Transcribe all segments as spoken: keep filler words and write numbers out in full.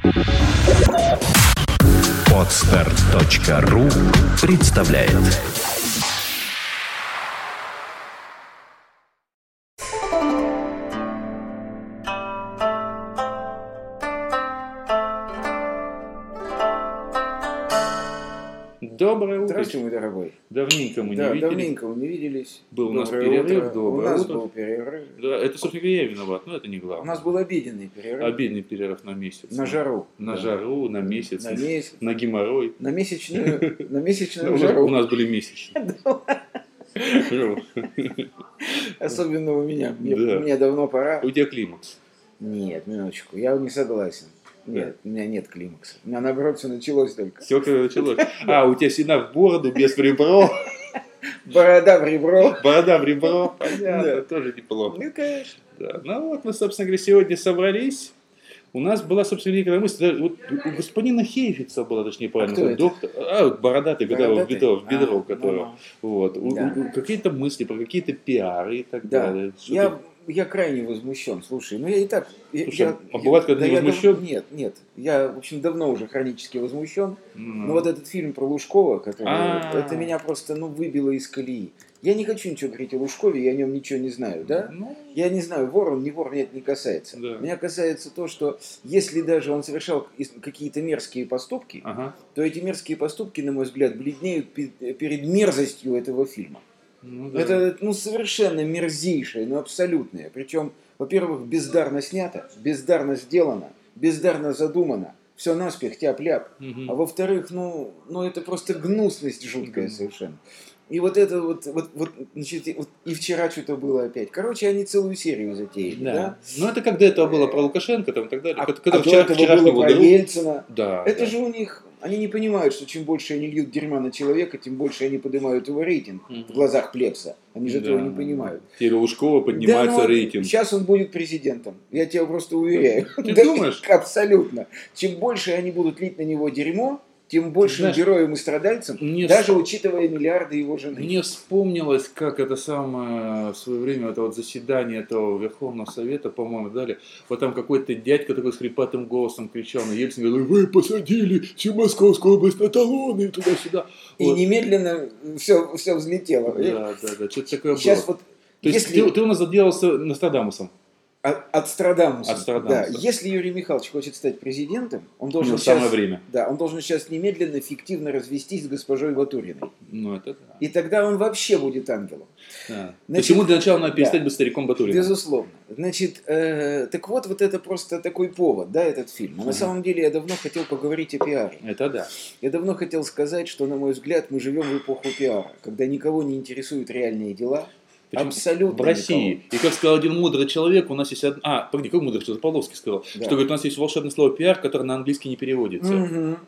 Подстер точка ру представляет. Доброе утро. Здравствуй, мой дорогой. Давненько мы да, не виделись. давненько мы не виделись. Был у нас Доброе перерыв, утро. доброе У нас утро. был перерыв. Да, это, собственно говоря, я виноват, но это не главное. У нас был обеденный перерыв. Обеденный перерыв на месяц. На жару. На да. жару, на месяц. На месяц. На геморрой. На месячную, на месячную У жару. нас были месячные. Особенно у меня. Мне, Да. мне давно пора. У тебя климакс. Нет, минуточку. Я не согласен. Нет, у меня нет климакса. У меня, наоборот, все началось только. Все когда началось. А, у тебя седина в бороду, без в ребро. Борода в ребро. Борода в ребро. Понятно, Да. тоже неплохо. Ну, конечно. Да. Ну вот мы, собственно говоря, сегодня собрались. У нас была, собственно, некая мысль. Да, вот у господина Хейфица была, точнее, правильно, кто это? доктор. А, вот бородатый, когда в Бородатый? бедро, в бедро А, которого. ну, Вот. У- Да. у- какие-то мысли про какие-то пиары и так Да. далее. Что Я, ты- я крайне возмущен. Слушай, ну я и так... я- Слушай, я, а бывает, когда да ты я возмущен? дав- Нет, нет. Я, в общем, давно уже хронически возмущен. М. Но вот этот фильм про Лужкова, который, А. это меня просто ну, выбило из колеи. Я не хочу ничего говорить о Лужкове, я о нем ничего не знаю, да? Ну, Я не знаю, вор он, не вор, меня это не касается. Да. Меня касается то, что если даже он совершал ис- какие-то мерзкие поступки, ага. то эти мерзкие поступки, на мой взгляд, бледнеют пе- перед мерзостью этого фильма. Ну, да. Это ну, совершенно мерзейшее, ну абсолютное. Причем, во-первых, бездарно снято, бездарно сделано, бездарно задумано. Все наспех, тяп-ляп. Мгм. А во-вторых, ну, ну это просто гнусность жуткая Мгм. совершенно. И вот это вот, вот, вот, значит, и, вот, и вчера что-то было опять. Короче, они целую серию затеяли, да? Да. Ну, это когда это было про Лукашенко там, и так далее. А, Когда- а когда до вчера, этого вчерашнего было про друга- Ельцина. Да. Это да. же у них... Они не понимают, что чем больше они льют дерьма на человека, тем больше они поднимают его рейтинг Мгм. в глазах плебса. Они же Да. этого не понимают. Теперь у Лужкова поднимается Да, ну, рейтинг. Сейчас он будет президентом. Я тебя просто уверяю. Ты Да, думаешь? Абсолютно. Чем больше они будут лить на него дерьмо, тем больше знаешь, героям и страдальцам, мне даже вс- учитывая миллиарды его жены. Мне вспомнилось, как это самое в свое время, это вот заседание этого Верховного Совета, по-моему, дали. Вот там какой-то дядька такой с хрипатым голосом кричал на Ельцина, говорил: вы посадили всю Московскую область на талоны и туда-сюда. И Вот. немедленно все, все взлетело. Да, да, да, что-то такое Сейчас было. вот, То есть если ты, ты у нас заделался Нострадамусом. от, от Страдамуса, От Страдамуса. да, если Юрий Михайлович хочет стать президентом, он должен Ну, сейчас, самое время. да, он должен сейчас немедленно, фиктивно развестись с госпожой Батуриной. Ну, это да. И тогда он вообще будет ангелом. Да. Значит, Почему для начала надо да. перестать быть стариком Батуриным? Безусловно. Значит, э, так вот, вот это просто такой повод, да, этот фильм. А на Ага. самом деле я давно хотел поговорить о пиаре. Это да. Я давно хотел сказать, что, на мой взгляд, мы живем в эпоху пиара, когда никого не интересуют реальные дела. Причем Абсолютно в России. И как сказал один мудрый человек, у нас есть одна... А, погоди, какой мудрый, что Заполовский сказал? Да. Что, говорит, у нас есть волшебное слово пиар, которое на английский не переводится. Мгм.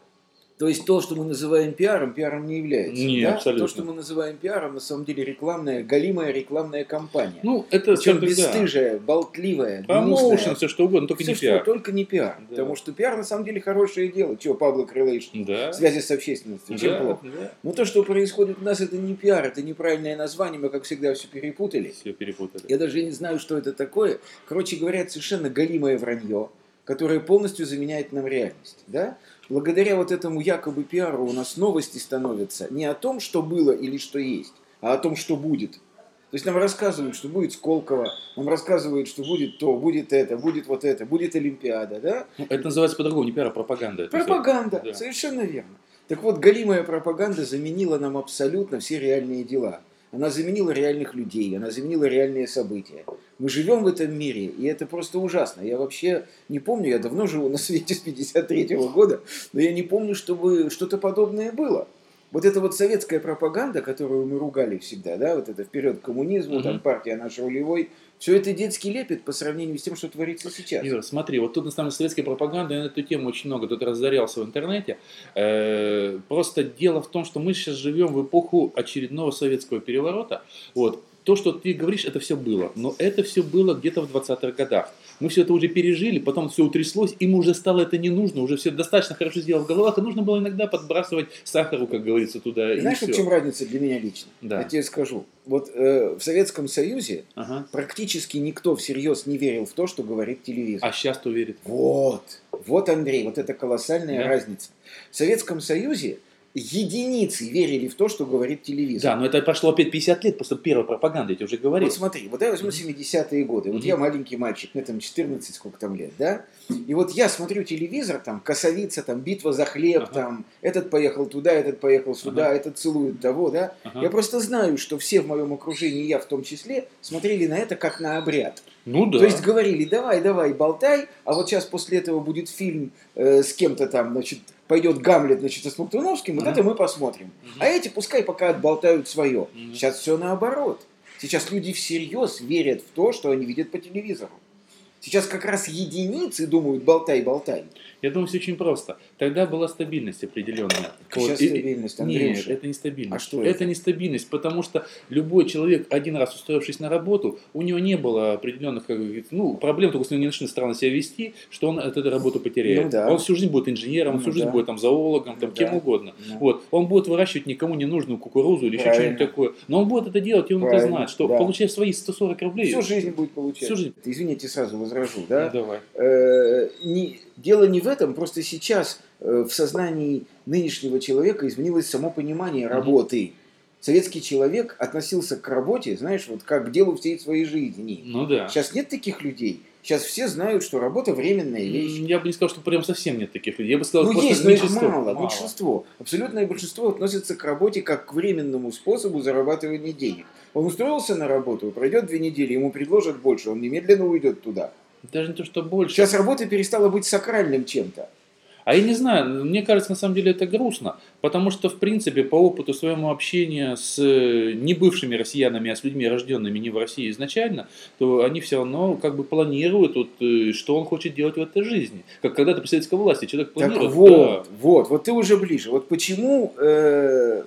То есть то, что мы называем пиаром, пиаром не является. Не, да? абсолютно. То, что мы называем пиаром, на самом деле рекламная, галимая рекламная кампания. Ну, это Причем как бы, да. бесстыжая, болтливая, Промоушен, гнусная. все что угодно, только Всё, не что, пиар. только не пиар. Да. Потому что пиар на самом деле хорошее дело. Чего, Пабло Крылейшин? Да. Связи с общественностью. Чем Да, плохо? да. Но то, что происходит у нас, это не пиар, это неправильное название, мы, как всегда, все перепутали. Все перепутали. Я даже не знаю, что это такое. Короче говоря, это совершенно галимое вранье, которое полностью заменяет нам реальность. Да? Благодаря вот этому якобы пиару у нас новости становятся не о том, что было или что есть, а о том, что будет. То есть нам рассказывают, что будет Сколково, нам рассказывают, что будет то, будет это, будет вот это, будет Олимпиада. Да? Ну, это называется по-другому, не пиар, а пропаганда. Это Пропаганда, Да. совершенно верно. Так вот, галимая пропаганда заменила нам абсолютно все реальные дела. Она заменила реальных людей, она заменила реальные события. Мы живем в этом мире, и это просто ужасно. Я вообще не помню, я давно живу на свете с пятьдесят третьего года, но я не помню, чтобы что-то подобное было. Вот эта вот советская пропаганда, которую мы ругали всегда, да, вот это вперед к коммунизму, Мгм. там партия наша рулевой, все это детский лепет по сравнению с тем, что творится сейчас. Юра, смотри, вот тут на самом деле советская пропаганда, я на эту тему очень много тут разорялся в интернете. Э, Просто дело в том, что мы сейчас живем в эпоху очередного советского переворота. Вот. То, что ты говоришь, это все было. Но это все было где-то в двадцатых годах. Мы все это уже пережили, потом все утряслось, им уже стало это не нужно, уже все достаточно хорошо сделано в головах, и нужно было иногда подбрасывать сахару, как говорится, туда. Знаешь, в чем разница для меня лично? Да. Я тебе скажу. Вот э, в Советском Союзе ага. практически никто всерьез не верил в то, что говорит телевизор. А сейчас-то верит. Вот. Вот, Андрей, вот это колоссальная да. разница. В Советском Союзе единицы верили в то, что говорит телевизор. Да, но это прошло опять пятьдесят лет после первой пропаганды, я тебе уже говорил. Вот смотри, вот я возьму семидесятые годы, вот mm-hmm. я маленький мальчик, мне там четырнадцать, сколько там лет, да? И вот я смотрю телевизор, там, Косовица, там, битва за хлеб, ага. там, этот поехал туда, этот поехал сюда, ага. этот целует того, да? Ага. Я просто знаю, что все в моем окружении, я в том числе, смотрели на это как на обряд. Ну да. То есть говорили, давай, давай, болтай, а вот сейчас после этого будет фильм э, с кем-то там, значит, пойдет Гамлет, значит, с Муктуновским, вот uh-huh. это мы посмотрим. Uh-huh. А эти пускай пока отболтают свое. Uh-huh. Сейчас все наоборот. Сейчас люди всерьез верят в то, что они видят по телевизору. Сейчас как раз единицы думают болтай, болтай. Я думаю, все очень просто. Тогда была стабильность определенная. Сейчас вот. Стабильность, Андрюша. Нет, это не стабильность. А что это? Это не стабильность, потому что любой человек, один раз устроившись на работу, у него не было определенных как, ну, проблем, только если он не начнет странно себя вести, что он от этой работы потеряет. Ну, да. Он всю жизнь будет инженером, он всю ну, жизнь да. будет там, зоологом, там, ну, кем да. угодно. Ну. Вот. Он будет выращивать никому не нужную кукурузу или еще что-нибудь такое. Но он будет это делать, и он Правильно. это знает, что да. получая свои сто сорок рублей... Всю жизнь будет получать. Всю жизнь. Извините, сразу возражу. Да? Ну, давай. Э, не, дело не в этом, просто сейчас э, в сознании нынешнего человека изменилось само понимание работы. Mm-hmm. Советский человек относился к работе, знаешь, вот как к делу всей своей жизни. Ну да. Сейчас нет таких людей. Сейчас все знают, что работа временная вещь. Я бы не сказал, что прям совсем нет таких людей. Я бы сказал, ну, просто есть, но их большинство. мало, мало. большинство. Абсолютное большинство относится к работе как к временному способу зарабатывания денег. Он устроился на работу, пройдет две недели, ему предложат больше, он немедленно уйдет туда. Даже не то, что больше. Сейчас работа перестала быть сакральным чем-то. А я не знаю, мне кажется, на самом деле это грустно, потому что, в принципе, по опыту своему общения с не бывшими россиянами, а с людьми, рожденными не в России изначально, то они все равно как бы планируют, вот, что он хочет делать в этой жизни. Как когда-то при советской власти человек планирует. Так вот, да. вот, вот ты уже ближе. Вот почему э,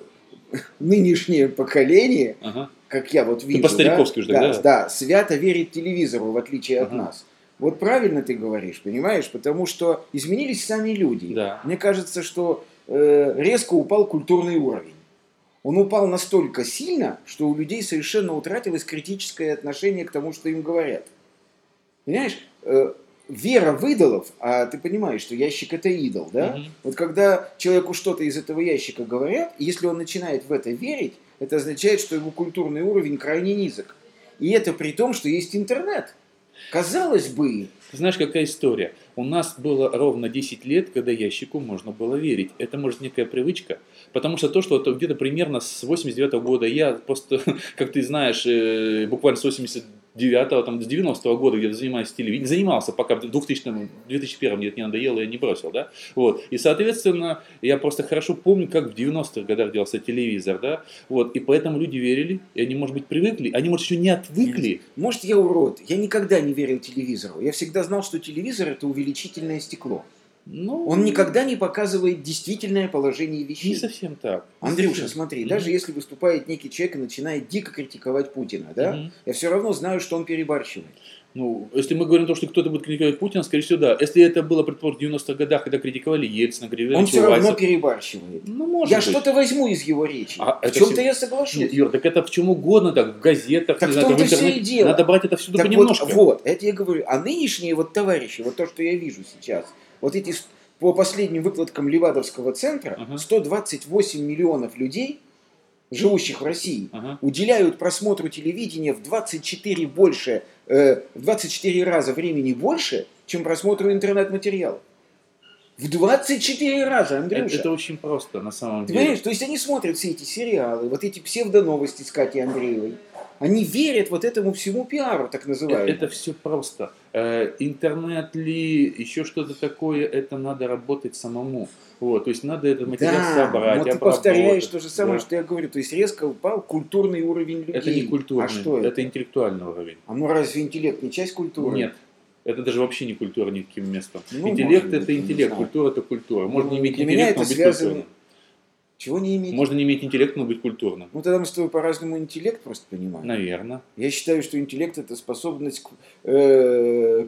нынешнее поколение, ага. как я вот вижу, по-стариковски да, уже, да, да? да, свято верит телевизору, в отличие ага. от нас. Вот правильно ты говоришь, понимаешь? Потому что изменились сами люди. Да. Мне кажется, что э, резко упал культурный уровень. Он упал настолько сильно, что у людей совершенно утратилось критическое отношение к тому, что им говорят. Понимаешь? Э, вера в идолов, а ты понимаешь, что ящик это идол, да? Угу. Вот когда человеку что-то из этого ящика говорят, и если он начинает в это верить, это означает, что его культурный уровень крайне низок. И это при том, что есть интернет. Казалось бы. Ты знаешь, какая история? У нас было ровно десять лет, когда ящику можно было верить. Это, может, некая привычка. Потому что то, что где-то примерно с восемьдесят девятого года, я просто, как ты знаешь, буквально с восемьдесят девятого, там, с девяностого года где-то занимаюсь телевидением, занимался, пока в двухтысячном, две тысячи первом мне это не надоело, я не бросил, да, вот, и, соответственно, я просто хорошо помню, как в девяностых годах делался телевизор, да, вот, и поэтому люди верили, и они, может быть, привыкли, они, может, еще не отвыкли. Может, я урод, я никогда не верил телевизору, я всегда знал, что телевизор это увеличительное стекло. Ну, он никогда не показывает действительное положение вещей. Не совсем так. Андрюша, совсем. смотри, Mm-hmm. даже если выступает некий человек и начинает дико критиковать Путина, да, mm-hmm. я все равно знаю, что он перебарщивает. Ну, если мы говорим о том, что кто-то будет критиковать Путина, скорее всего, да. Если это было, предположим, в девяностых годах, когда критиковали Ельцина, критиковали он все равно перебарщивает. Ну, может я быть. что-то возьму из его речи. А в чем-то все... я соглашусь. Нет, Юр, так это в чем угодно, так, в газетах, так не в знаю, том-то в интернете. все и дело. Надо брать это всюду так понемножку. Вот, вот, это я говорю. А нынешние вот товарищи, вот то, что я вижу сейчас, вот эти, по последним выкладкам Левадовского центра, ага. сто двадцать восемь миллионов людей, живущих в России, ага. уделяют просмотру телевидения в двадцать четыре больше, э, в двадцать четыре раза времени больше, чем просмотру интернет-материалов. В двадцать четыре раза, Андрюша. Это, это очень просто, на самом Ты деле. понимаешь, то есть они смотрят все эти сериалы, вот эти псевдоновости с Катей Андреевой. Они верят вот этому всему пиару, так называемому. Это, это все просто. Э, интернет ли, еще что-то такое, это надо работать самому. Вот, то есть надо этот материал да, собрать, но ты повторяешь то же самое, да. что я говорю. То есть резко упал культурный уровень людей. Это не культурный, а что это? это интеллектуальный уровень. А ну разве интеллект не часть культуры? Нет. Это даже вообще не культура никаким местом. Ну, интеллект быть, это интеллект, культура это культура. Можно ну, не иметь интеллект, но быть связано... культурным. Чего не иметь? Можно не иметь интеллект, но быть культурным. Ну тогда мы с тобой по-разному интеллект просто понимаем. Наверное. Я считаю, что интеллект это способность к, э,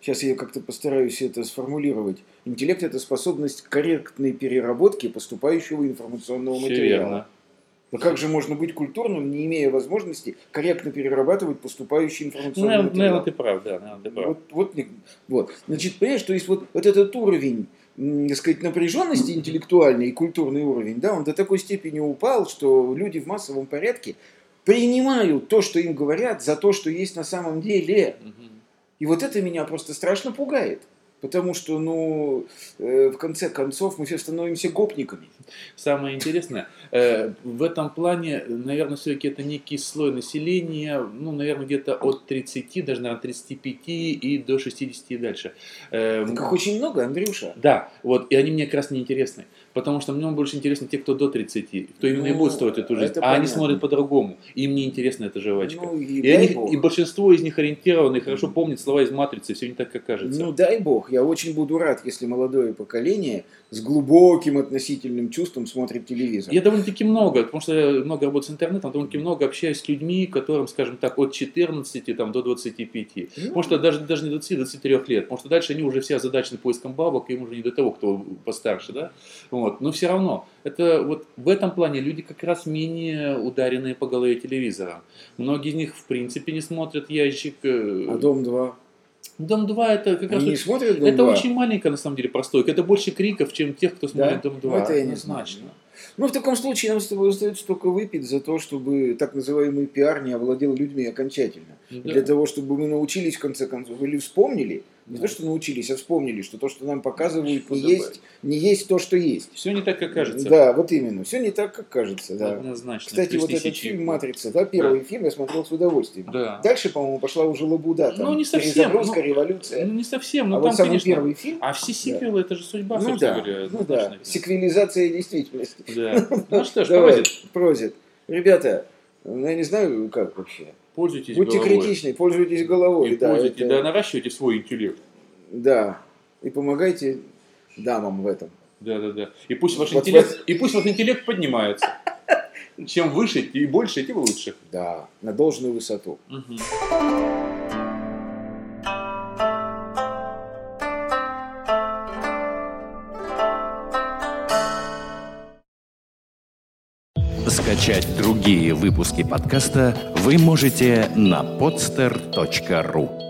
сейчас я как-то постараюсь это сформулировать. Интеллект – это способность к корректной переработке поступающего информационного Все материала. верно. Но как же можно быть культурным, не имея возможности корректно перерабатывать поступающий информационный Наверное, материал? наверное, ты прав, да, наверное, ты прав. Вот, вот, не- вот. Значит, понимаешь, то есть вот, вот этот уровень, м, так сказать, напряженности интеллектуальный и культурный уровень, да, он до такой степени упал, что люди в массовом порядке принимают то, что им говорят, за то, что есть на самом деле. Мгм. И вот это меня просто страшно пугает. Потому что, ну, э, в конце концов, мы все становимся гопниками. Самое интересное, э, в этом плане, наверное, все-таки это некий слой населения, ну, наверное, где-то от тридцати, даже, наверное, тридцати пяти и до шестидесяти и дальше. Э, Так их очень много, Андрюша. Да, вот, и они мне как раз не интересны. Потому что мне больше интересны те, кто до тридцати, кто именно и Ну, будет строить эту жизнь. это А они понятно. смотрят по-другому. Им не интересна эта жвачка. Ну, и и, дай они, бог. и большинство из них ориентированы, хорошо помнят слова из «Матрицы», все не так, как кажется. Ну, дай бог. Я очень буду рад, если молодое поколение с глубоким относительным чувством смотрит телевизор. Я довольно-таки много, потому что я много работаю с интернетом, довольно-таки много общаюсь с людьми, которым, скажем так, от четырнадцати там, до двадцати пяти. Ну. Потому что даже, даже не двадцати, двадцати трёх лет. Потому что дальше они уже все озадачены поиском бабок, им уже не до того, кто постарше. Да? Вот. Но все равно, это вот в этом плане люди как раз менее ударенные по голове телевизором. Многие из них в принципе не смотрят ящик. э, А Дом-два? Дом-два это как раз... Они не смотрят Это Дом-два? очень маленькая на самом деле простойка. Это больше криков, чем тех, кто смотрит Да? Дом-два. Ну, это я не знаю. Однозначно. Ну, в таком случае нам с тобой остается только выпить за то, чтобы так называемый пиар не овладел людьми окончательно. Да. Для того, чтобы мы научились, в конце концов, или вспомнили, не Да. то, что научились, а вспомнили, что то, что нам показывают, не Что есть, не есть то, что есть. Все не так, как кажется. Да, вот именно. Все не так, как кажется. Да. Однозначно. Кстати, вот этот Крестничий фильм чайку. «Матрица», да, первый фильм я смотрел с удовольствием. Да. Дальше, по-моему, пошла уже лабуда. Там, Ну, не совсем. перезагрузка, Ну, революция. Ну, не совсем, но а там, вот самый конечно... первый фильм, А все сиквелы, это же судьба, ну собственно да, говоря. ну да, однозначно. секвелизация действительности. Да. Ну что ж, Давай, просит. просит. Ребята, ну, я не знаю, как вообще. Пользуйтесь Будьте головой. критичны, пользуйтесь головой. И да, пользуйтесь, это- да, наращивайте свой интеллект. да. И помогайте дамам в этом. Да, да, да. И пусть ваш Вот интеллект, и пусть ваш интеллект поднимается. Чем выше и больше, тем лучше. Да, на должную высоту. Мгм. Скачать другие выпуски подкаста вы можете на podster точка ру.